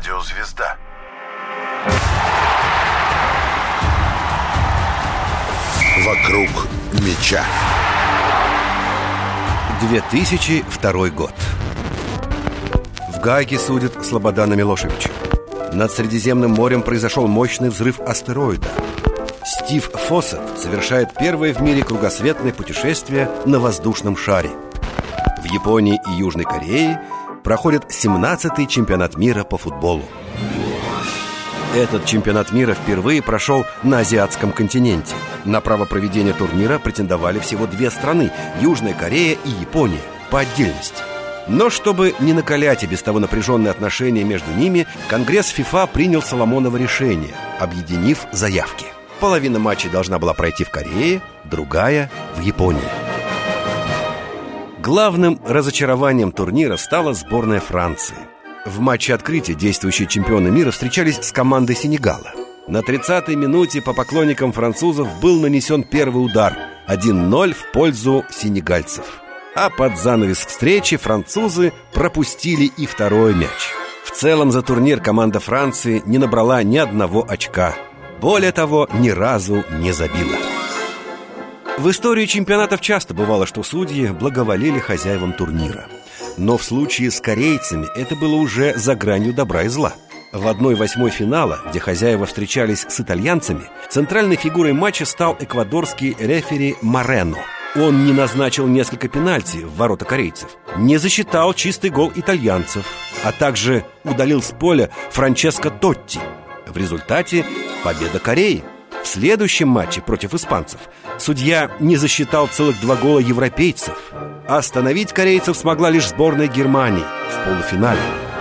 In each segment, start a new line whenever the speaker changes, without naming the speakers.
Радиозвезда. Вокруг мяча.
2002 год. В Гааге судит Слободана Милошевича. Над Средиземным морем произошел мощный взрыв астероида. Стив Фоссет совершает первое в мире кругосветное путешествие на воздушном шаре. В Японии и Южной Корее проходит 17-й чемпионат мира по футболу. Этот чемпионат мира впервые прошел на азиатском континенте. На право проведения турнира претендовали всего две страны – Южная Корея и Япония, по отдельности. Но чтобы не накалять и без того напряженные отношения между ними, Конгресс ФИФА принял Соломоново решение, объединив заявки. Половина матчей должна была пройти в Корее, другая – в Японии. Главным разочарованием турнира стала сборная Франции. В матче открытия действующие чемпионы мира встречались с командой Сенегала. На 30-й минуте по поклонникам французов был нанесен первый удар 1-0 в пользу сенегальцев. А под занавес встречи французы пропустили и второй мяч. В целом за турнир команда Франции не набрала ни одного очка. Более того, ни разу не забила. В истории чемпионатов часто бывало, что судьи благоволили хозяевам турнира. Но в случае с корейцами это было уже за гранью добра и зла. В 1/8 финала, где хозяева встречались с итальянцами, центральной фигурой матча стал эквадорский рефери Морено. Он не назначил несколько пенальти в ворота корейцев, не засчитал чистый гол итальянцев, а также удалил с поля Франческо Тотти. В результате победа Кореи. В следующем матче против испанцев судья не засчитал целых 2 гола европейцев. Остановить корейцев смогла лишь сборная Германии в полуфинале.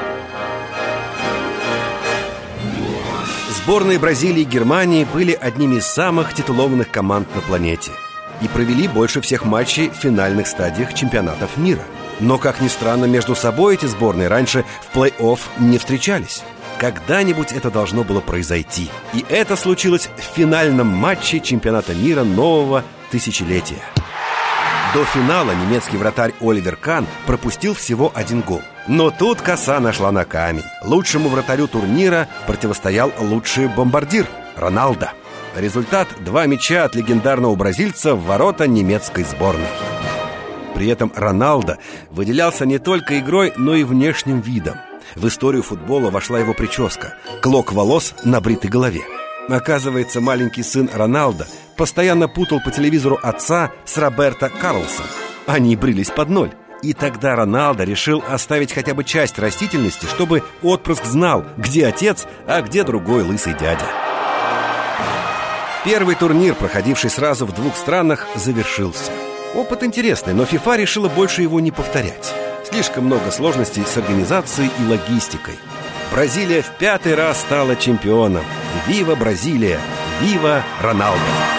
Сборные Бразилии и Германии были одними из самых титулованных команд на планете и провели больше всех матчей в финальных стадиях чемпионатов мира. Но, как ни странно, между собой эти сборные раньше в плей-офф не встречались. Когда-нибудь это должно было произойти. И это случилось в финальном матче чемпионата мира нового тысячелетия. До финала немецкий вратарь Оливер Кан пропустил всего 1 гол. Но тут коса нашла на камень. Лучшему вратарю турнира противостоял лучший бомбардир Роналдо. Результат – 2 мяча от легендарного бразильца в ворота немецкой сборной. При этом Роналдо выделялся не только игрой, но и внешним видом. В историю футбола вошла его прическа – клок волос на бритой голове. Оказывается, маленький сын Роналдо постоянно путал по телевизору отца с Роберто Карлосом. Они брились под ноль. И тогда Роналдо решил оставить хотя бы часть растительности, чтобы отпрыск знал, где отец, а где другой лысый дядя. Первый турнир, проходивший сразу в 2 странах, завершился. Опыт интересный, но ФИФА решила больше его не повторять. Слишком много сложностей с организацией и логистикой. Бразилия в 5-й раз стала чемпионом. Вива Бразилия! Вива Роналдо!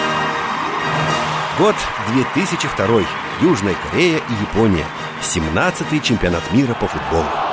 Год 2002. Южная Корея и Япония. 17-й чемпионат мира по футболу.